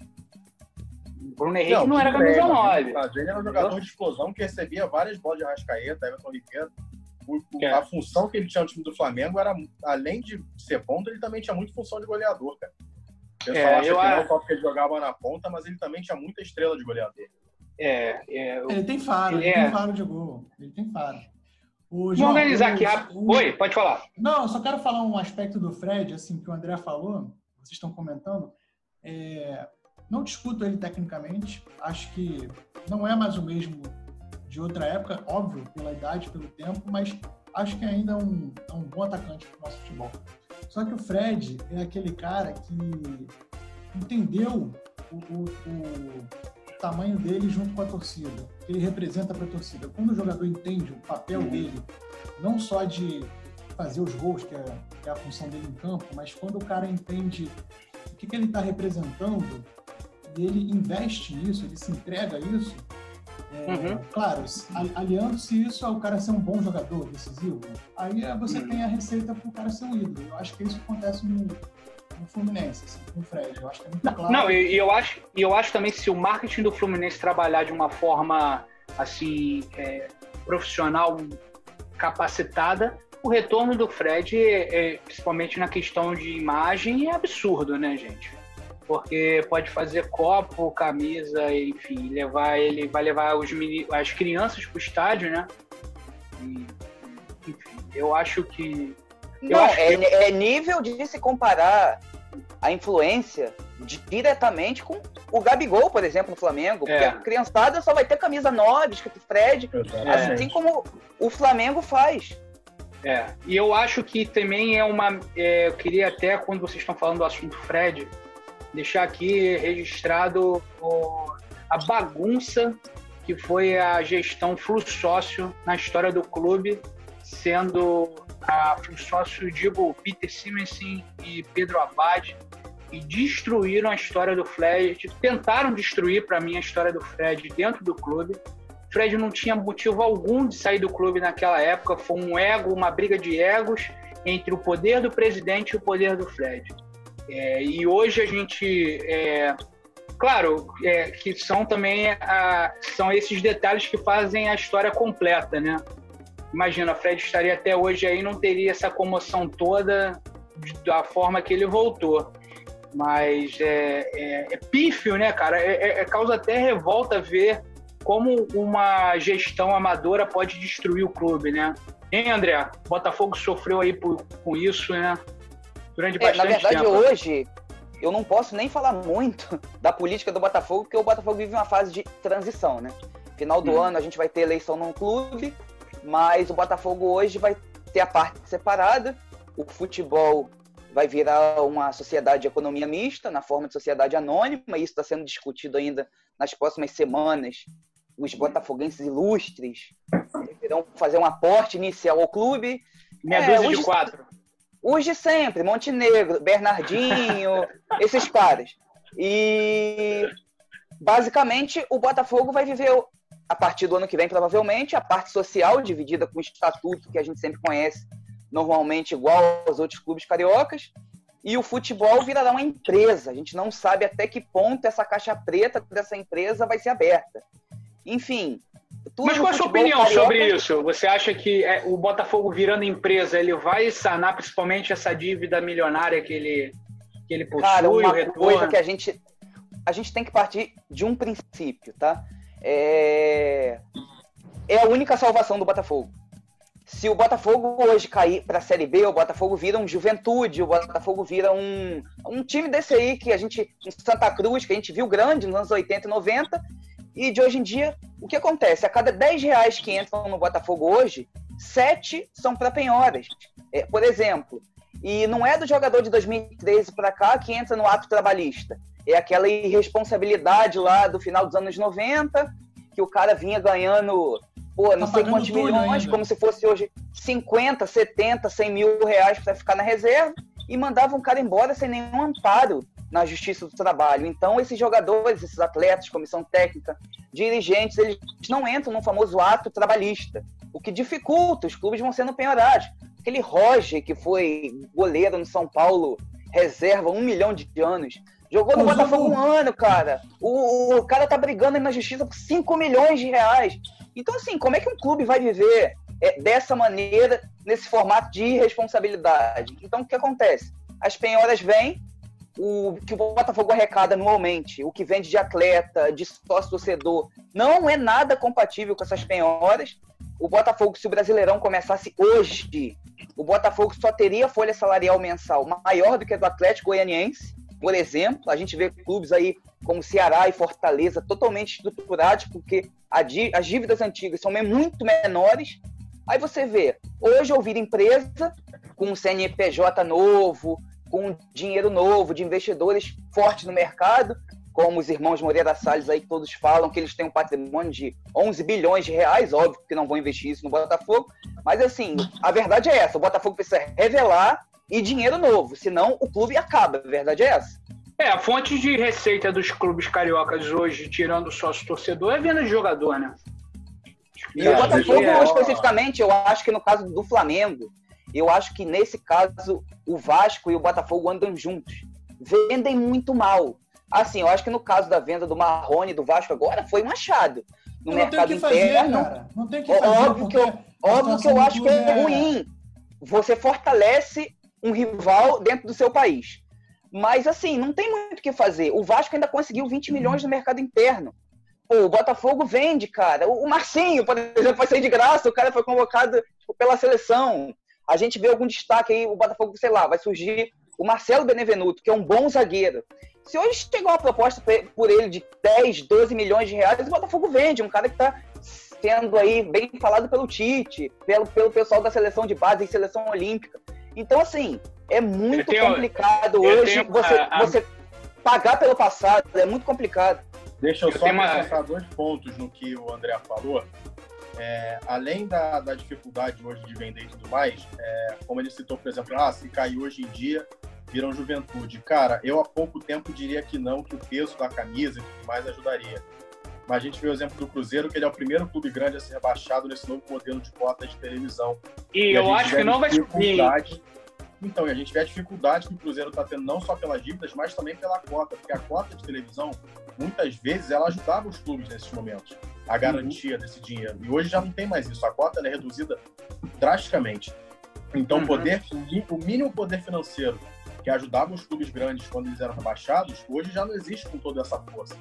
O Bruno Henrique não, não era camisa nove. Mas ele era um jogador de explosão que recebia várias bolas de Arrascaeta, Everton Ribeiro. O, é. A função que ele tinha no time do Flamengo era, além de ser ponta, ele também tinha muita função de goleador, cara. O pessoal é, acha eu que a... não só porque ele jogava na ponta, mas ele também tinha muita estrela de goleador. É, é eu... Ele tem faro, ele, ele é... tem faro de gol. Ele tem faro. O Vamos João, organizar o, aqui. A... O... Oi, pode falar. Não, eu só quero falar um aspecto do Fred, assim, que o André falou, vocês estão comentando. É... Não discuto ele tecnicamente, acho que não é mais o mesmo de outra época, óbvio, pela idade, pelo tempo, mas acho que ainda é um, é um bom atacante para o nosso futebol. Só que o Fred é aquele cara que entendeu o, o, o tamanho dele junto com a torcida, que ele representa para a torcida. Quando o jogador entende o papel dele, não só de fazer os gols, que é, que é a função dele em campo, mas quando o cara entende o que, que ele está representando, e ele investe nisso, ele se entrega a isso, é, uhum. claro, aliando-se isso ao cara ser um bom jogador, decisivo, aí você uhum. tem a receita para o cara ser um ídolo. Eu acho que isso acontece no, no Fluminense, assim, com o Fred. Eu acho que é muito não, claro. Não, e eu acho, eu acho também que se o marketing do Fluminense trabalhar de uma forma assim, é, profissional, capacitada, o retorno do Fred, é, principalmente na questão de imagem, é absurdo, né, gente? Porque pode fazer copo, camisa, enfim, levar ele, vai levar os meni, as crianças para o estádio, né? E, enfim, eu acho que... Eu Não, acho é, que... é nível de se comparar a influência diretamente com o Gabigol, por exemplo, no Flamengo. Porque é. a criançada só vai ter camisa nove, escrito Fred, é. assim como o Flamengo faz. É, e eu acho que também é uma... É, eu queria até, quando vocês estão falando do assunto Fred, deixar aqui registrado o, a bagunça que foi a gestão Flu Sócio na história do clube, sendo a Flu Sócio, digo, Peter Simonsen e Pedro Abad, e destruíram a história do Fred, tentaram destruir para mim a história do Fred dentro do clube. O Fred não tinha motivo algum de sair do clube naquela época, foi um ego, uma briga de egos entre o poder do presidente e o poder do Fred. É, e hoje a gente, é, claro, é, que são também a, são esses detalhes que fazem a história completa, né? Imagina, Fred estaria até hoje aí, não teria essa comoção toda da forma que ele voltou. Mas é, é, é pífio, né, cara? É, é, causa até revolta ver como uma gestão amadora pode destruir o clube, né? Hein, André? O Botafogo sofreu aí por, com isso, né? Durante bastante tempo. É, na verdade, tempo. hoje, eu não posso nem falar muito da política do Botafogo, porque o Botafogo vive uma fase de transição, né? Final do hum. ano a gente vai ter eleição no clube, mas o Botafogo hoje vai ter a parte separada. O futebol vai virar uma sociedade de economia mista, na forma de sociedade anônima, e isso está sendo discutido ainda nas próximas semanas. Os botafoguenses ilustres deverão fazer um aporte inicial ao clube. Meia é, dúzia de quatro. Os de sempre, Montenegro, Bernardinho, esses caras. E, basicamente, o Botafogo vai viver, a partir do ano que vem, provavelmente, a parte social, dividida com o estatuto que a gente sempre conhece, normalmente igual aos outros clubes cariocas, e o futebol virará uma empresa. A gente não sabe até que ponto essa caixa preta dessa empresa vai ser aberta. Enfim... Mas qual a sua opinião carioca... sobre isso? Você acha que é, o Botafogo virando empresa, ele vai sanar principalmente essa dívida milionária que ele, que ele possui? Cara, uma o retorno? coisa que a gente, a gente tem que partir de um princípio, tá? É, é a única salvação do Botafogo. Se o Botafogo hoje cair para a Série B, o Botafogo vira um Juventude, o Botafogo vira um, um time desse aí que a gente, em Santa Cruz, que a gente viu grande nos anos oitenta e noventa, e de hoje em dia, o que acontece? A cada dez reais que entram no Botafogo hoje, sete são para penhoras. É, por exemplo, e não é do jogador de dois mil e treze para cá que entra no ato trabalhista. É aquela irresponsabilidade lá do final dos anos noventa, que o cara vinha ganhando, pô, não tá sei quantos milhões, ainda. Como se fosse hoje cinquenta, setenta, cem mil reais para ficar na reserva, e mandava um cara embora sem nenhum amparo na Justiça do Trabalho. Então, esses jogadores, esses atletas, comissão técnica, dirigentes, eles não entram no famoso ato trabalhista, o que dificulta, os clubes vão sendo penhorados. Aquele Roger, que foi goleiro no São Paulo, reserva um milhão de anos, jogou no Botafogo um ano, cara. O, o cara tá brigando aí na Justiça por cinco milhões de reais. Então, assim, como é que um clube vai viver é, dessa maneira, nesse formato de irresponsabilidade? Então, o que acontece? As penhoras vêm, o que o Botafogo arrecada anualmente, o que vende de atleta, de sócio-torcedor, não é nada compatível com essas penhoras. O Botafogo, se o Brasileirão começasse hoje, o Botafogo só teria folha salarial mensal maior do que a do Atlético Goianiense, por exemplo. A gente vê clubes aí como Ceará e Fortaleza totalmente estruturados, porque as dívidas antigas são muito menores. Aí você vê, hoje eu viro empresa com um C N P J novo, com dinheiro novo, de investidores fortes no mercado, como os irmãos Moreira Salles aí, que todos falam que eles têm um patrimônio de onze bilhões de reais, óbvio que não vão investir isso no Botafogo, mas assim, a verdade é essa, o Botafogo precisa revelar e dinheiro novo, senão o clube acaba, a verdade é essa. É, a fonte de receita dos clubes cariocas hoje, tirando o sócio-torcedor, é venda de jogador, né? E o Botafogo, é... especificamente, eu acho que no caso do Flamengo, eu acho que nesse caso o Vasco e o Botafogo andam juntos. Vendem muito mal. Assim, eu acho que no caso da venda do Marrone do Vasco agora foi um achado. No não mercado tem que fazer, interno. Cara. Não tem que fazer, óbvio que eu, óbvio que eu acho que é ruim. Você fortalece um rival dentro do seu país. Mas assim, não tem muito o que fazer. O Vasco ainda conseguiu vinte milhões no mercado interno. Pô, o Botafogo vende, cara. O Marcinho, por exemplo, vai sair de graça. O cara foi convocado tipo, pela seleção. A gente vê algum destaque aí, o Botafogo, sei lá, vai surgir o Marcelo Benevenuto, que é um bom zagueiro. Se hoje chegar uma proposta por ele de dez, doze milhões de reais, o Botafogo vende. Um cara que está sendo aí bem falado pelo Tite, pelo, pelo pessoal da seleção de base e seleção olímpica. Então, assim, é muito tenho, complicado hoje tenho, você, a, a... você pagar pelo passado, é muito complicado. Deixa eu, eu só acrescentar uma... dois pontos no que o André falou. É, além da, da dificuldade hoje de vender e tudo mais, é, como ele citou, por exemplo, ah, se cair hoje em dia, viram Juventude. Cara, eu há pouco tempo diria que não, que o peso da camisa e tudo mais ajudaria. Mas a gente vê o exemplo do Cruzeiro, que ele é o primeiro clube grande a ser rebaixado nesse novo modelo de cota de televisão. E, e eu acho que não vai subir. Então, e a gente vê a dificuldade que o Cruzeiro está tendo não só pelas dívidas, mas também pela cota, porque a cota de televisão, muitas vezes, ela ajudava os clubes nesses momentos, a garantia uhum. desse dinheiro. E hoje já não tem mais isso, a cota ela é reduzida drasticamente. Então, uhum. poder, o mínimo poder financeiro que que ajudavam os clubes grandes quando eles eram rebaixados, hoje já não existe com toda essa força.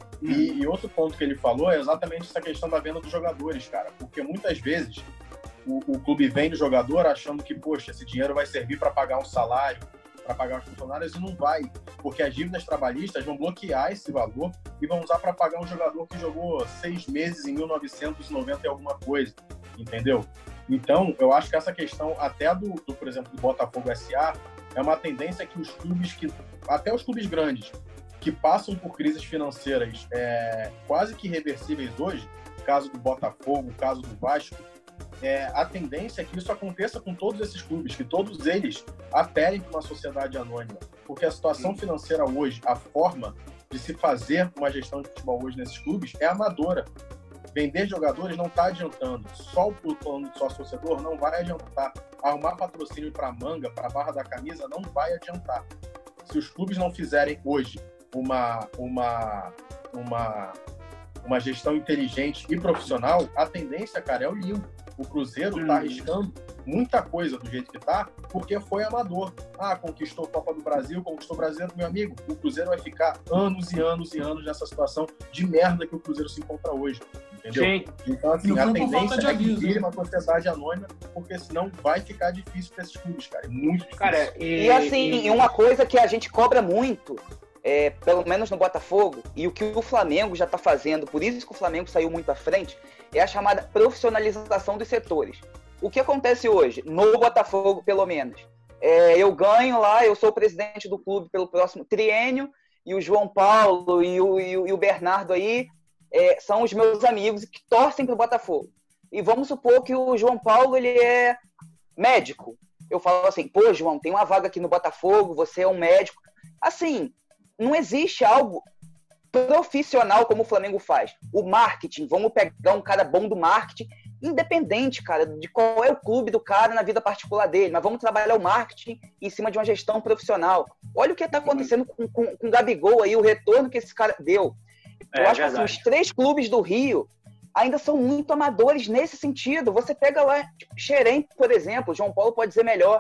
E, e outro ponto que ele falou é exatamente essa questão da venda dos jogadores, cara. Porque muitas vezes o, o clube vende o jogador achando que, poxa, esse dinheiro vai servir para pagar um salário, para pagar os funcionários, e não vai. Porque as dívidas trabalhistas vão bloquear esse valor e vão usar para pagar um jogador que jogou seis meses em mil novecentos e noventa e alguma coisa, entendeu? Então, eu acho que essa questão até do, do por exemplo, do Botafogo S A é uma tendência que os clubes, que até os clubes grandes, que passam por crises financeiras é, quase que irreversíveis hoje, caso do Botafogo, caso do Vasco, é, a tendência é que isso aconteça com todos esses clubes, que todos eles apelem para uma sociedade anônima. Porque a situação financeira hoje, a forma de se fazer uma gestão de futebol hoje nesses clubes é amadora. Vender jogadores não está adiantando. Só o plano de sócio torcedor não vai adiantar. Arrumar patrocínio para a manga, para a barra da camisa, não vai adiantar. Se os clubes não fizerem hoje uma, uma, uma, uma gestão inteligente e profissional, a tendência, cara, é o limbo. O Cruzeiro está arriscando muita coisa do jeito que está, porque foi amador. Ah, conquistou a Copa do Brasil, conquistou o Brasileiro, meu amigo. O Cruzeiro vai ficar anos e anos e anos nessa situação de merda que o Cruzeiro se encontra hoje. Entendeu? Sim. Então, assim, a tendência é que vire uma sociedade anônima, porque senão vai ficar difícil para esses clubes, cara. É muito difícil. Cara, e, e assim, e... uma coisa que a gente cobra muito, é, pelo menos no Botafogo, e o que o Flamengo já está fazendo, por isso que o Flamengo saiu muito à frente, é a chamada profissionalização dos setores. O que acontece hoje, no Botafogo, pelo menos? É, eu ganho lá, eu sou o presidente do clube pelo próximo triênio, e o João Paulo e o, e o, e o Bernardo aí é, são os meus amigos que torcem para o Botafogo. E vamos supor que o João Paulo ele é médico. Eu falo assim, pô, João, tem uma vaga aqui no Botafogo, você é um médico. Assim, não existe algo profissional como o Flamengo faz. O marketing, vamos pegar um cara bom do marketing, independente, cara, de qual é o clube do cara na vida particular dele, mas vamos trabalhar o marketing em cima de uma gestão profissional. Olha o que está acontecendo com, com, com o Gabigol aí, o retorno que esse cara deu. Eu é, acho que assim, os três clubes do Rio ainda são muito amadores nesse sentido. Você pega lá, tipo, Xerém, por exemplo, o João Paulo pode dizer melhor.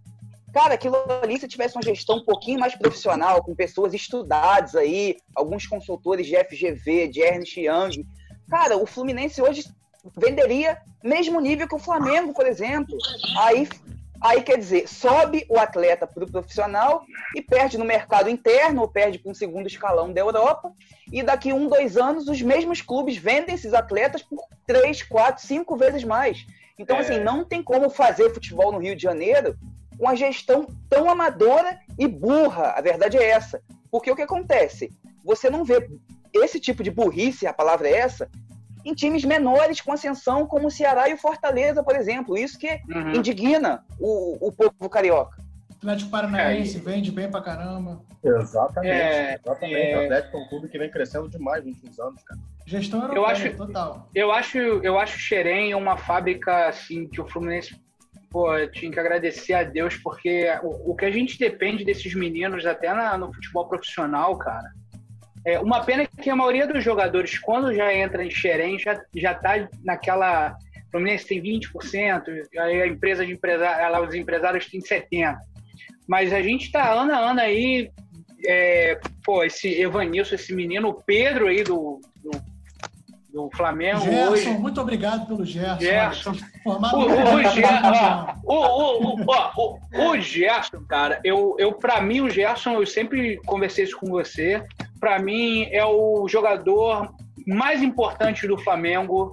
Cara, aquilo ali, se tivesse uma gestão um pouquinho mais profissional, com pessoas estudadas aí, alguns consultores de F G V, de Ernst Young, cara, o Fluminense hoje venderia mesmo nível que o Flamengo, por exemplo. Aí, aí quer dizer, sobe o atleta para o profissional e perde no mercado interno, ou perde para um segundo escalão da Europa, e daqui um, dois anos, os mesmos clubes vendem esses atletas por três, quatro, cinco vezes mais. Então, é. assim, não tem como fazer futebol no Rio de Janeiro com uma gestão tão amadora e burra. A verdade é essa. Porque o que acontece? Você não vê esse tipo de burrice, a palavra é essa, em times menores com ascensão como o Ceará e o Fortaleza, por exemplo. Isso que uhum. indigna o, o povo carioca. O Atlético Paranaense é, vende bem pra caramba. Exatamente. É, exatamente. É... O Atlético é um clube que vem crescendo demais nos últimos anos, cara. Gestão europeia, eu acho, total. Eu acho, eu acho o Xerém uma fábrica assim, que o Fluminense pô, tinha que agradecer a Deus, porque o, o que a gente depende desses meninos, até na, no futebol profissional, cara, é uma pena que a maioria dos jogadores, quando já entra em Xerém, já, já tá naquela... O Fluminense tem vinte por cento, aí a empresa de empresários, os empresários têm setenta por cento. Mas a gente tá ano a ano aí, é, pô, esse Evanilson, esse menino, o Pedro aí do... do do Flamengo Gerson, hoje. Muito obrigado pelo Gerson. Gerson. Formado o, o, o, Gerson o, o, o, o, o Gerson, cara, eu, eu, pra mim, o Gerson, eu sempre conversei isso com você, pra mim é o jogador mais importante do Flamengo.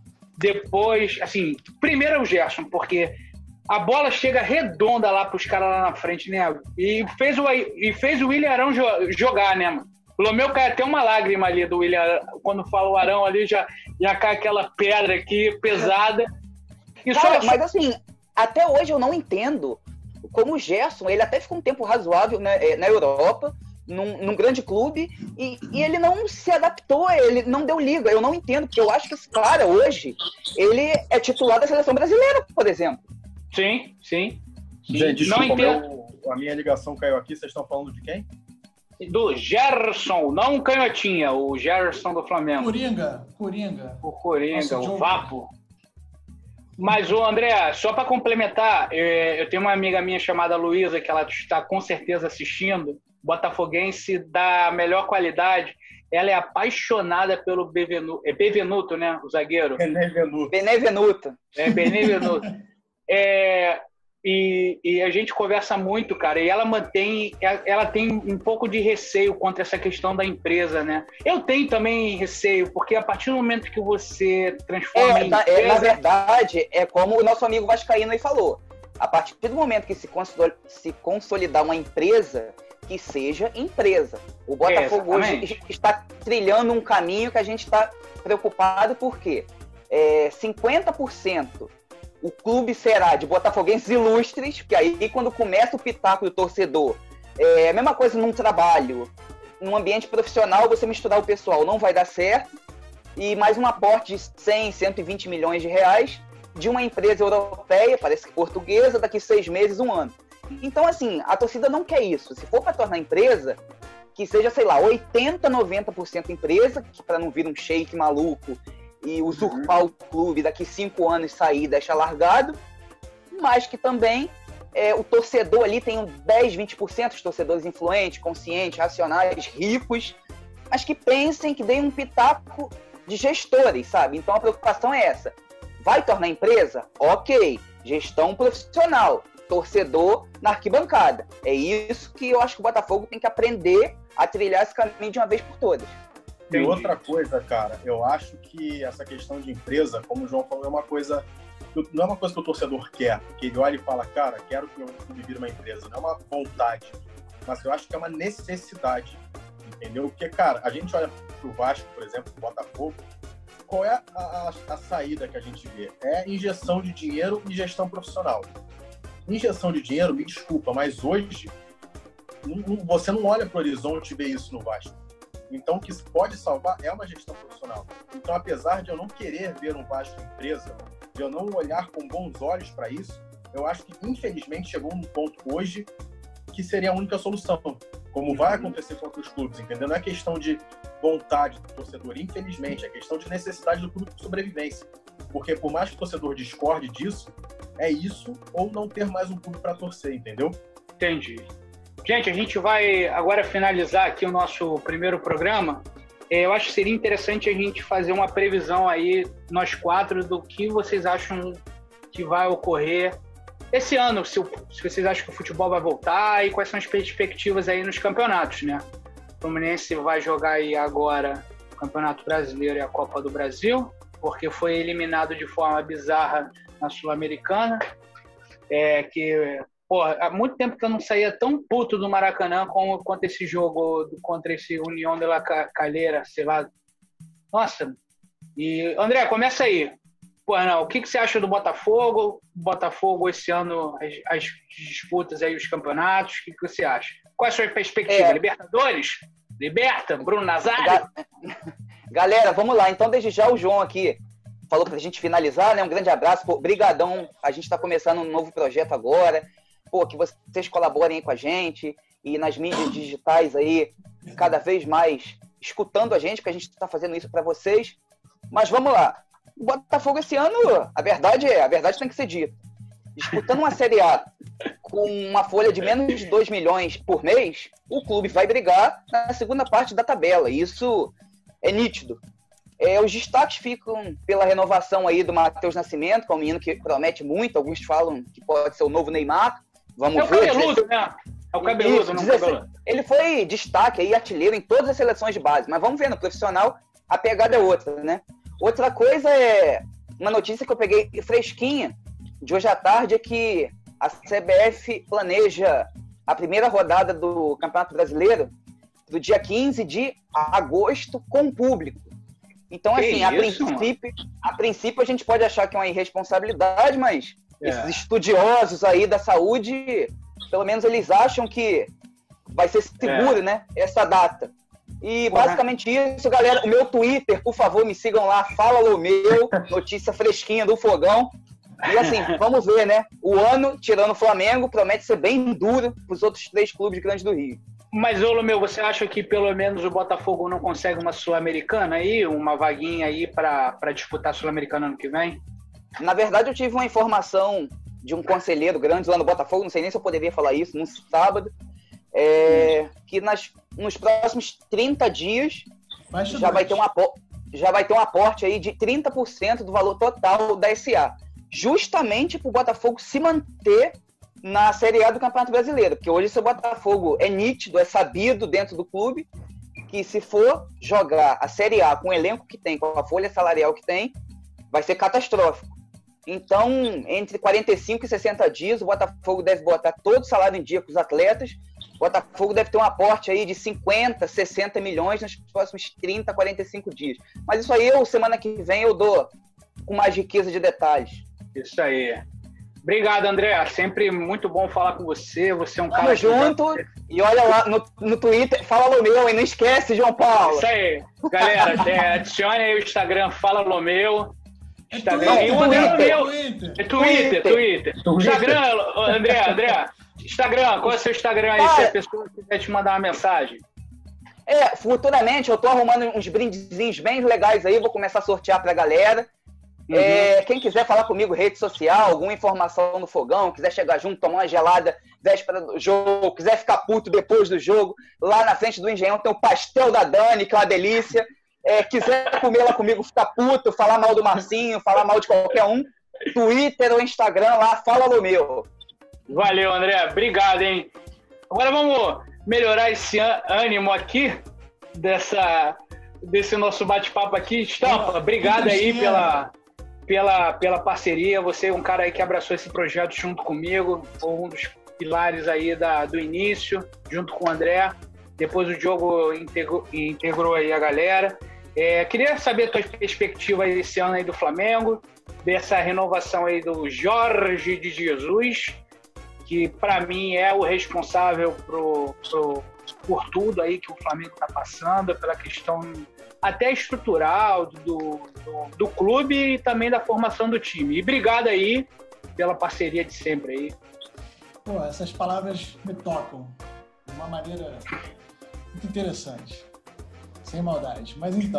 Depois, assim, primeiro é o Gerson, porque a bola chega redonda lá pros caras lá na frente, né? E fez o, e fez o William Arão jogar, né, mano? Pelo meu cai até uma lágrima ali do William, quando fala o Arão ali, já, já cai aquela pedra aqui, pesada. E Cara, só... Mas assim, até hoje eu não entendo como o Gerson, ele até ficou um tempo razoável na, na Europa, num, num grande clube, e, e ele não se adaptou, ele não deu liga. Eu não entendo, porque eu acho que esse cara hoje, ele é titular da seleção brasileira, por exemplo. Sim, sim. sim. Gente, desculpa, não entendo. Meu, a minha ligação caiu aqui, vocês estão falando de quem? Do Gerson, não o Canhotinha, o Gerson do Flamengo. Coringa, Coringa. O Coringa, Nossa, o Vapo. Mas, ô André, só para complementar, eu tenho uma amiga minha chamada Luísa, que ela está com certeza assistindo, botafoguense da melhor qualidade. Ela é apaixonada pelo Benevenuto, é Benevenuto, né, o zagueiro? Benevenuto. Benevenuto. É, Benevenuto. É, e, e a gente conversa muito, cara, e ela mantém, ela tem um pouco de receio contra essa questão da empresa, né? Eu tenho também receio, porque a partir do momento que você transforma é, em na, empresa... é, na verdade, é como o nosso amigo vascaíno aí falou. A partir do momento que se, consol, se consolidar uma empresa, que seja empresa. O Botafogo é, hoje está trilhando um caminho que a gente está preocupado, porque é, cinquenta por cento o clube será de botafoguenses ilustres, porque aí quando começa o pitaco do torcedor, é a mesma coisa num trabalho, num ambiente profissional, você misturar o pessoal não vai dar certo, e mais um aporte de cem, cento e vinte milhões de reais de uma empresa europeia, parece que portuguesa, daqui seis meses, um ano. Então, assim, a torcida não quer isso. Se for para tornar empresa, que seja, sei lá, oitenta, noventa por cento empresa, para não vir um shake maluco e usurpar uhum. o clube, daqui cinco anos sair e deixar largado, mas que também é, o torcedor ali tem dez, vinte por cento, os torcedores influentes, conscientes, racionais, ricos, mas que pensem, que deem um pitaco de gestores, sabe? Então a preocupação é essa. Vai tornar empresa? Ok. Gestão profissional. Torcedor na arquibancada. É isso que eu acho que o Botafogo tem que aprender a trilhar esse caminho de uma vez por todas. E outra coisa, cara, eu acho que essa questão de empresa, como o João falou, é uma coisa, não é uma coisa que o torcedor quer, que ele olha e fala, cara, quero que eu vire uma empresa, não é uma vontade, mas eu acho que é uma necessidade, entendeu? Porque, cara, a gente olha pro Vasco, por exemplo, pro Botafogo, qual é a, a, a saída que a gente vê? É injeção de dinheiro e gestão profissional. Injeção de dinheiro, me desculpa, mas hoje não, você não olha pro horizonte e vê isso no Vasco. Então, o que pode salvar é uma gestão profissional. Então, apesar de eu não querer ver um Vasco empresa, de eu não olhar com bons olhos para isso, eu acho que, infelizmente, chegou um ponto hoje que seria a única solução. Como vai acontecer com outros clubes, entendeu? Não é questão de vontade do torcedor, infelizmente, é questão de necessidade do clube de sobrevivência. Porque, por mais que o torcedor discorde disso, é isso ou não ter mais um clube para torcer, entendeu? Entendi. Gente, a gente vai agora finalizar aqui o nosso primeiro programa. Eu acho que seria interessante a gente fazer uma previsão aí, nós quatro, do que vocês acham que vai ocorrer esse ano, se, se vocês acham que o futebol vai voltar e quais são as perspectivas aí nos campeonatos, né? O Fluminense vai jogar aí agora o Campeonato Brasileiro e a Copa do Brasil, porque foi eliminado de forma bizarra na Sul-Americana, é, que... Porra, há muito tempo que eu não saía tão puto do Maracanã como contra esse jogo, contra esse União de la Calera, sei lá. Nossa. E, André, começa aí. Pô, não, o que, que você acha do Botafogo? Botafogo esse ano, as, as disputas aí, os campeonatos, o que, que você acha? Qual é a sua perspectiva? É... Libertadores? Liberta? Bruno Nazário? Ga... Galera, vamos lá. Então, desde já o João aqui falou pra gente finalizar, né? Um grande abraço. Pô, brigadão. A gente tá começando um novo projeto agora. Pô, que vocês colaborem aí com a gente e nas mídias digitais aí, cada vez mais escutando a gente, porque a gente está fazendo isso para vocês. Mas vamos lá. O Botafogo esse ano, a verdade é, a verdade tem que ser dita. Disputando uma Série A com uma folha de menos de dois milhões por mês, o clube vai brigar na segunda parte da tabela. Isso é nítido. É, os destaques ficam pela renovação aí do Matheus Nascimento, que é um menino que promete muito. Alguns falam que pode ser o novo Neymar. Vamos é o ver. Cabeludo, né? É o cabeludo, Isso, não dezesseis, cabeludo. Ele foi destaque aí, artilheiro em todas as seleções de base. Mas vamos ver, no profissional, a pegada é outra, né? Outra coisa é uma notícia que eu peguei fresquinha de hoje à tarde, é que a C B F planeja a primeira rodada do Campeonato Brasileiro do dia quinze de agosto com o público. Então, que assim, a princípio, a princípio a gente pode achar que é uma irresponsabilidade, mas é. esses estudiosos aí da saúde, pelo menos eles acham que vai ser seguro, é. né, essa data. E basicamente isso, galera. O meu Twitter, por favor, me sigam lá, Fala Lomeu, notícia fresquinha do Fogão. E assim, vamos ver, né? O ano, tirando o Flamengo, promete ser bem duro para os outros três clubes grandes do Rio. Mas, ô Lomeu, você acha que pelo menos o Botafogo não consegue uma Sul-Americana aí? Uma vaguinha aí para disputar a Sul-Americana ano que vem? Na verdade, eu tive uma informação de um conselheiro grande lá no Botafogo, não sei nem se eu poderia falar isso, no sábado, é, que nas, nos próximos trinta dias já vai, ter um apo, já vai ter um aporte aí de trinta por cento do valor total da S A, justamente para o Botafogo se manter na Série A do Campeonato Brasileiro, porque hoje, se o Botafogo é nítido, é sabido dentro do clube, que se for jogar a Série A com o elenco que tem, com a folha salarial que tem, vai ser catastrófico. Então, entre quarenta e cinco e sessenta dias, o Botafogo deve botar todo o salário em dia com os atletas. O Botafogo deve ter um aporte aí de cinquenta, sessenta milhões nos próximos trinta, quarenta e cinco dias. Mas isso aí, eu, semana que vem, eu dou com mais riqueza de detalhes. Isso aí. Obrigado, André. Sempre muito bom falar com você. Você é um Tamo cara... junto. Já... E olha lá no, no Twitter, fala Lomeu, e não esquece, João Paulo. Isso aí. Galera, é, adicione aí o Instagram, fala Lomeu. Instagram. É e o André Lomeu. Twitter. É Twitter, Twitter. Instagram, André, André. Instagram, qual é o seu Instagram aí, Cara, se a pessoa quiser te mandar uma mensagem? É, futuramente eu tô arrumando uns brindezinhos bem legais aí, vou começar a sortear pra galera. Uhum. É, quem quiser falar comigo, rede social, alguma informação no fogão, quiser chegar junto, tomar uma gelada véspera do jogo, quiser ficar puto depois do jogo, lá na frente do Engenhão tem o pastel da Dani, que é uma delícia. É, quiser comer lá comigo, ficar puto, falar mal do Marcinho, falar mal de qualquer um, Twitter ou Instagram lá, fala no meu. Valeu, André. Obrigado, hein? Agora vamos melhorar esse ânimo aqui, dessa, desse nosso bate-papo aqui. Estampa, obrigado aí pela... Pela, pela parceria, você é um cara aí que abraçou esse projeto junto comigo, foi um dos pilares aí da, do início, junto com o André. Depois o Diogo integrou, integrou aí a galera. É, queria saber a tua perspectiva aí esse ano aí do Flamengo, dessa renovação aí do Jorge de Jesus, que para mim é o responsável pro, pro, por tudo aí que o Flamengo está passando, pela questão até estrutural do, do, do clube e também da formação do time. E obrigado aí pela parceria de sempre aí. Pô, essas palavras me tocam de uma maneira muito interessante. Sem maldade. Mas então...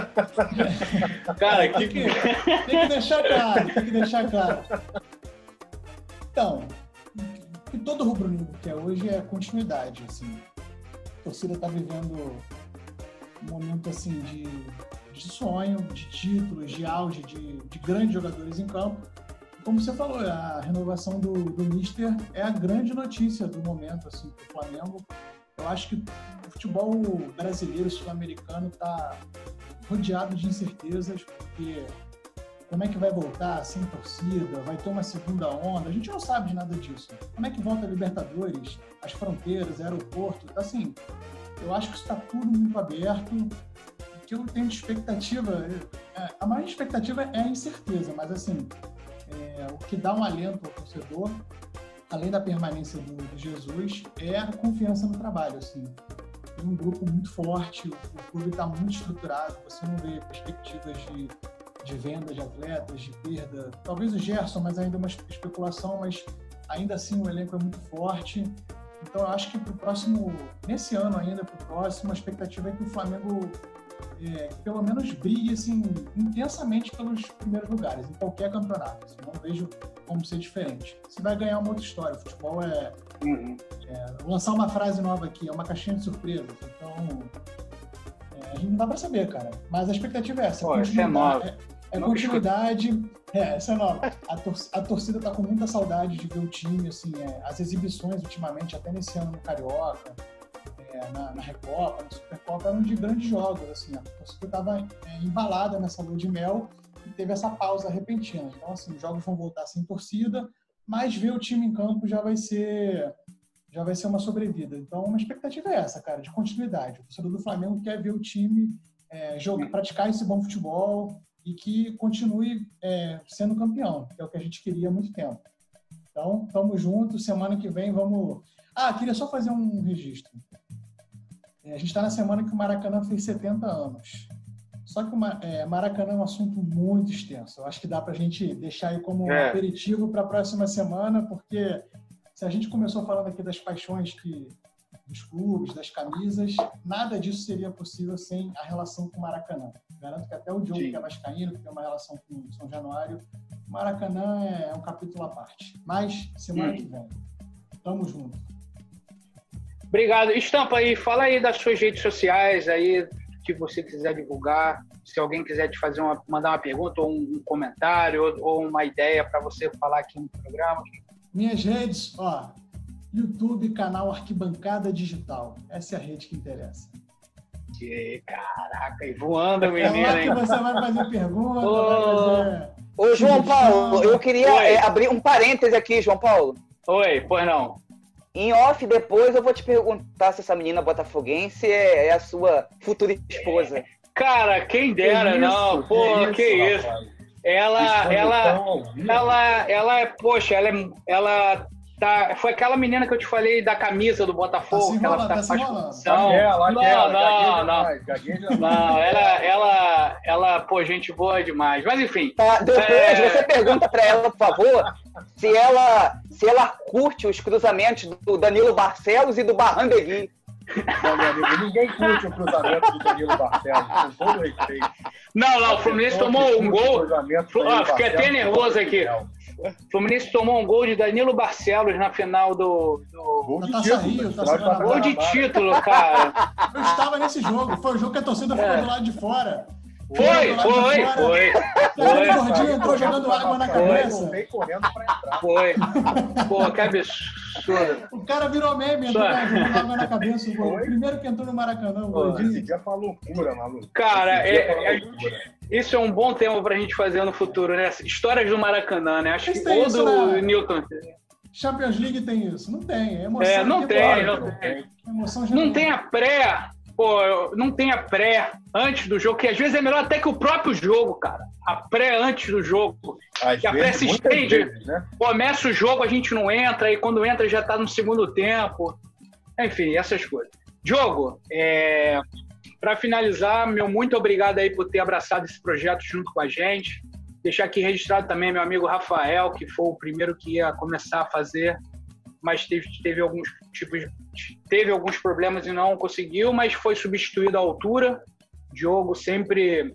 Cara, tem, que... que, tem que deixar claro, tem que deixar claro. Então, o que todo rubro-negro quer hoje é continuidade, assim. A torcida está vivendo um momento assim de, de sonho, de títulos, de auge, de, de grandes jogadores em campo. Como você falou, a renovação do, do Mister é a grande notícia do momento assim, para o Flamengo. Eu acho que o futebol brasileiro, sul-americano, está rodeado de incertezas, porque como é que vai voltar sem torcida? Vai ter uma segunda onda? A gente não sabe de nada disso. Como é que volta a Libertadores, as fronteiras, aeroporto? Então, assim, eu acho que isso está tudo muito aberto. O que eu tenho de expectativa, a maior expectativa é a incerteza, mas assim, é, o que dá um alento ao torcedor, além da permanência do, do Jesus, é a confiança no trabalho. Assim. Tem um grupo muito forte, o, o clube está muito estruturado, você não vê perspectivas de, de venda de atletas, de perda. Talvez o Gerson, mas ainda uma especulação, mas ainda assim o elenco é muito forte. Então, eu acho que para o próximo, nesse ano ainda, para o próximo, a expectativa é que o Flamengo, é, pelo menos, brigue assim, intensamente pelos primeiros lugares, em qualquer campeonato. Assim, não vejo como ser diferente. Se vai ganhar uma outra história, o futebol é, uhum. é... Vou lançar uma frase nova aqui, é uma caixinha de surpresas. Então, é, a gente não dá para saber, cara. Mas a expectativa é essa. Pô, essa é nova. É, é continuidade. É, essa é nova. A, tor a torcida tá com muita saudade de ver o time, assim, é, as exibições ultimamente, até nesse ano no Carioca, é, na, na Recopa, na Supercopa, eram de grandes jogos, assim, a torcida estava é, embalada nessa lua de mel e teve essa pausa repentina. Então, assim, os jogos vão voltar sem torcida, mas ver o time em campo já vai ser, já vai ser uma sobrevida. Então, uma expectativa é essa, cara, de continuidade. O torcedor do Flamengo quer ver o time é, jogar, praticar esse bom futebol e que continue é, sendo campeão, que é o que a gente queria há muito tempo. Então, estamos juntos. Semana que vem vamos... Ah, queria só fazer um registro. É, a gente está na semana que o Maracanã fez setenta anos. Só que o é, Maracanã é um assunto muito extenso. Eu acho que dá para a gente deixar aí como um é. aperitivo para a próxima semana, porque se a gente começou falando aqui das paixões que... dos clubes, das camisas, nada disso seria possível sem a relação com o Maracanã. Garanto que até o Diogo, que é vascaíno, que tem uma relação com o São Januário, Maracanã é um capítulo à parte. Mas semana hum. que vem. Tamo junto. Obrigado. Estampa aí, fala aí das suas redes sociais aí, que você quiser divulgar. Se alguém quiser te fazer uma, mandar uma pergunta ou um, um comentário ou, ou uma ideia para você falar aqui no programa. Minhas redes, ó, YouTube, canal Arquibancada Digital. Essa é a rede que interessa. Que, caraca, e voando, menino, é lá hein? que você vai fazer pergunta, oh. vai fazer... Ô, João Paulo, eu queria é, abrir um parêntese aqui, João Paulo. Oi, pois não. Em off, depois eu vou te perguntar se essa menina botafoguense é, é a sua futura esposa. Cara, quem dera, que não. Isso, Pô, que, que isso. isso. Ela, ela, ela, ela é, poxa, ela é, ela tá, foi aquela menina que eu te falei da camisa do Botafogo, tá que ela tá, tá faz função. Não, não, não, não. Não, ela, ela, ela, pô, gente boa demais. Mas enfim. Tá, depois é... você pergunta pra ela, por favor, se ela, se ela curte os cruzamentos do Danilo Barcelos e do Barrandegui. Não, meu amigo, ninguém curte o cruzamento do Danilo Barcelos, com todo respeito. Não, não, o Fluminense tomou um gol. Ó, fiquei até nervoso aqui. O Fluminense tomou um gol de Danilo Barcelos na final do. do... Gol de título. Rio, tá gol de título, cara. Eu estava nesse jogo. Foi o jogo que a torcida ficou é. do lado de fora. Foi, foi, foi, foi. Foi. O gordinho entrou jogando água na cabeça. Foi correndo pra entrar. Foi. Pô, que absurdo. O cara virou meme, entrou jogando água na cabeça. O primeiro que entrou no Maracanã, o gordinho. Esse dia foi uma loucura, maluco. Cara, é, é, isso é um bom tema pra gente fazer no futuro, né? Histórias do Maracanã, né? Acho que ou do né? Newton. Champions League tem isso? Não tem. É emoção. É, não tem, não tem. Emoção não tem a pré... Pô, não tem a pré antes do jogo, que às vezes é melhor até que o próprio jogo, cara. A pré antes do jogo. Às que a pré se estende. Vezes, né? Começa o jogo, a gente não entra, e quando entra já tá no segundo tempo. Enfim, essas coisas. Diogo, é... para finalizar, meu muito obrigado aí por ter abraçado esse projeto junto com a gente. Deixar aqui registrado também meu amigo Rafael, que foi o primeiro que ia começar a fazer, mas teve, teve alguns tipos de, teve alguns problemas e não conseguiu, mas foi substituído à altura. Diogo sempre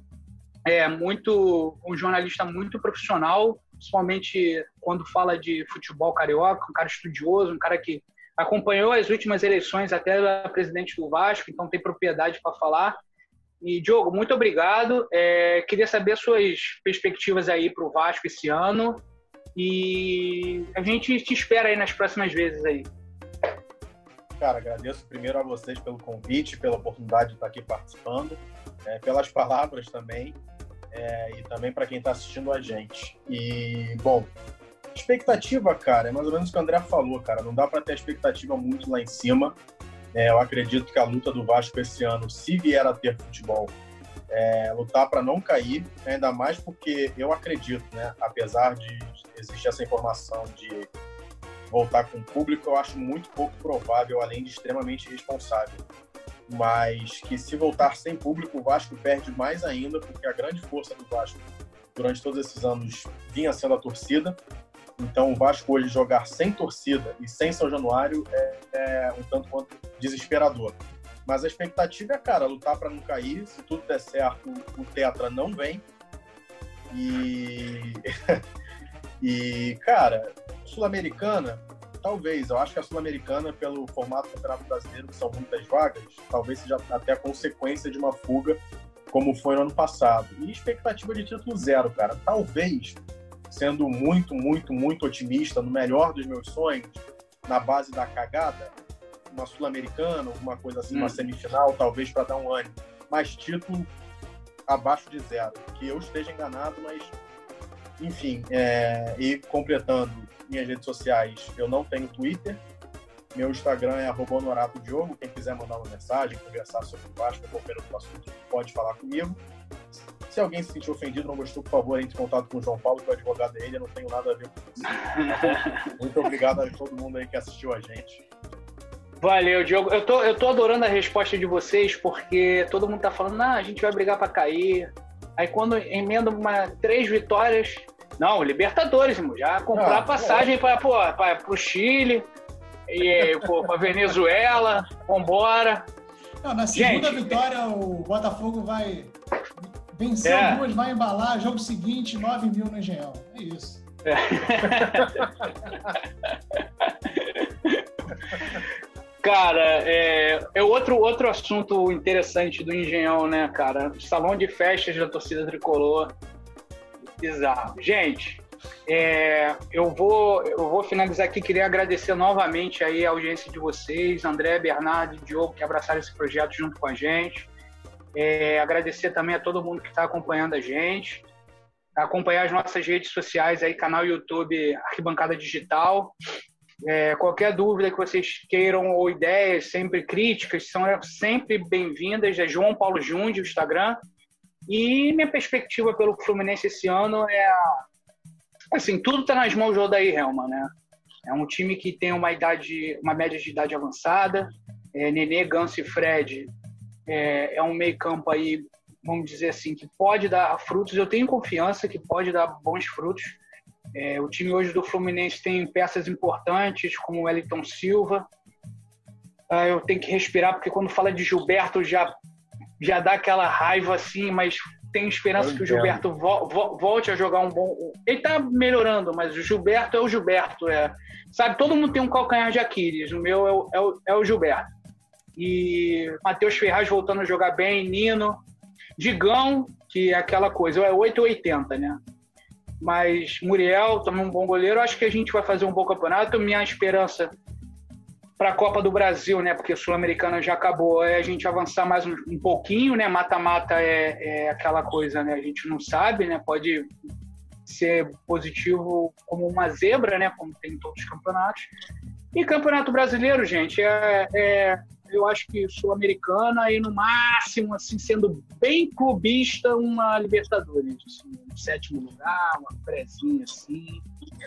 é muito um jornalista muito profissional, principalmente quando fala de futebol carioca, um cara estudioso, um cara que acompanhou as últimas eleições até a presidente do Vasco, então tem propriedade para falar. E, Diogo, muito obrigado. É, queria saber suas perspectivas aí para o Vasco esse ano. E a gente te espera aí nas próximas vezes aí. Cara, agradeço primeiro a vocês pelo convite, pela oportunidade de estar aqui participando, é, pelas palavras também, é, e também para quem está assistindo a gente. E, bom, expectativa, cara, é mais ou menos o que o André falou, cara. Não dá para ter expectativa muito lá em cima. É, eu acredito que a luta do Vasco esse ano, se vier a ter futebol, é, lutar para não cair, ainda mais porque eu acredito, né, apesar de existir essa informação de voltar com o público, eu acho muito pouco provável, além de extremamente irresponsável. Mas que se voltar sem público, o Vasco perde mais ainda, porque a grande força do Vasco durante todos esses anos vinha sendo a torcida. Então o Vasco hoje jogar sem torcida e sem São Januário é, é um tanto quanto desesperador. Mas a expectativa é, cara, lutar para não cair. Se tudo der certo, o Tetra não vem. E, e cara, Sul-Americana, talvez. Eu acho que a Sul-Americana, pelo formato do Campeonato Brasileiro, que são muitas vagas, talvez seja até a consequência de uma fuga, como foi no ano passado. E expectativa de título zero, cara. Talvez, sendo muito, muito, muito otimista, no melhor dos meus sonhos, na base da cagada, uma Sul-Americana, alguma coisa assim, hum. uma semifinal, talvez para dar um ânimo. Mas título abaixo de zero. Que eu esteja enganado, mas... Enfim, é... e completando minhas redes sociais, eu não tenho Twitter. Meu Instagram é arroba Honorato Diogo. Quem quiser mandar uma mensagem, conversar sobre o Vasco, qualquer outro assunto, pode falar comigo. Se alguém se sentir ofendido, não gostou, por favor, entre em contato com o João Paulo, que é o advogado dele, eu não tenho nada a ver com isso. Muito obrigado a todo mundo aí que assistiu a gente. Valeu, Diogo. Eu tô, eu tô adorando a resposta de vocês, porque todo mundo tá falando, ah, a gente vai brigar pra cair. Aí quando emenda uma, três vitórias, não, Libertadores, irmão, já comprar ah, passagem é. para o Chile, e pô, pra Venezuela, vambora. Não, na segunda gente, vitória, o Botafogo vai Venceu É. duas, vai embalar, jogo seguinte, nove mil no Engenhão. É isso. Cara, é, é outro, outro assunto interessante do Engenhão, né, cara? Salão de festas da torcida tricolor. Bizarro. Gente, é, eu, vou, eu vou finalizar aqui. Queria agradecer novamente aí a audiência de vocês, André, Bernardo e Diogo, que abraçaram esse projeto junto com a gente. É, agradecer também a todo mundo que está acompanhando a gente. Acompanhar as nossas redes sociais aí, canal YouTube Arquibancada Digital. É, qualquer dúvida que vocês queiram ou ideias, sempre críticas, são sempre bem-vindas. É João Paulo Jundi, o Instagram. E minha perspectiva pelo Fluminense esse ano é... Assim, tudo está nas mãos do Odair Hellmann, né? É um time que tem uma idade, uma média de idade avançada. É, Nenê, Ganso e Fred é, é um meio-campo aí, vamos dizer assim, que pode dar frutos. Eu tenho confiança que pode dar bons frutos. É, o time hoje do Fluminense tem peças importantes, como o Wellington Silva. Ah, eu tenho que respirar, porque quando fala de Gilberto já, já dá aquela raiva assim, mas tenho esperança que o Gilberto vo, vo, volte a jogar um bom... Ele tá melhorando, mas o Gilberto é o Gilberto. É, sabe, todo mundo tem um calcanhar de Aquiles. O meu é o, é o, é o Gilberto. E Matheus Ferraz voltando a jogar bem, Nino, Digão, que é aquela coisa, é oito ou oitenta, né? Mas Muriel também um bom goleiro. Acho que a gente vai fazer um bom campeonato. Minha esperança para a Copa do Brasil, né? Porque a Sul-Americana já acabou, é a gente avançar mais um, um pouquinho, né? Mata-mata é, é aquela coisa, né? A gente não sabe, né? Pode ser positivo como uma zebra, né? Como tem em todos os campeonatos. E Campeonato Brasileiro, gente, é, é eu acho que Sul-Americana e no máximo, assim, sendo bem clubista, uma Libertadores, assim, um sétimo lugar, uma prezinha assim.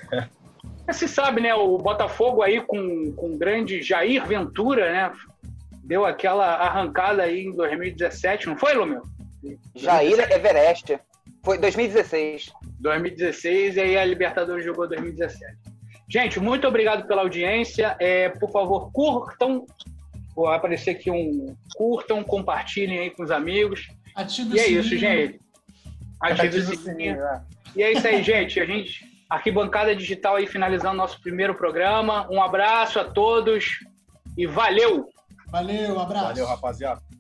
Se sabe, né? O Botafogo aí com, com o grande Jair Ventura, né? Deu aquela arrancada aí em dois mil e dezessete, não foi, Lumeu? Jair Everest. Foi dois mil e dezesseis. dois mil e dezesseis, e aí a Libertadores jogou dois mil e dezessete. Gente, muito obrigado pela audiência. É, por favor, curtam. Vai aparecer aqui um... Curtam, compartilhem aí com os amigos. Ative e é sininho. isso, gente. Ative o sininho. E é isso aí, gente. A gente... Arquibancada Digital aí finalizando nosso primeiro programa. Um abraço a todos e valeu! Valeu, abraço. Valeu, rapaziada.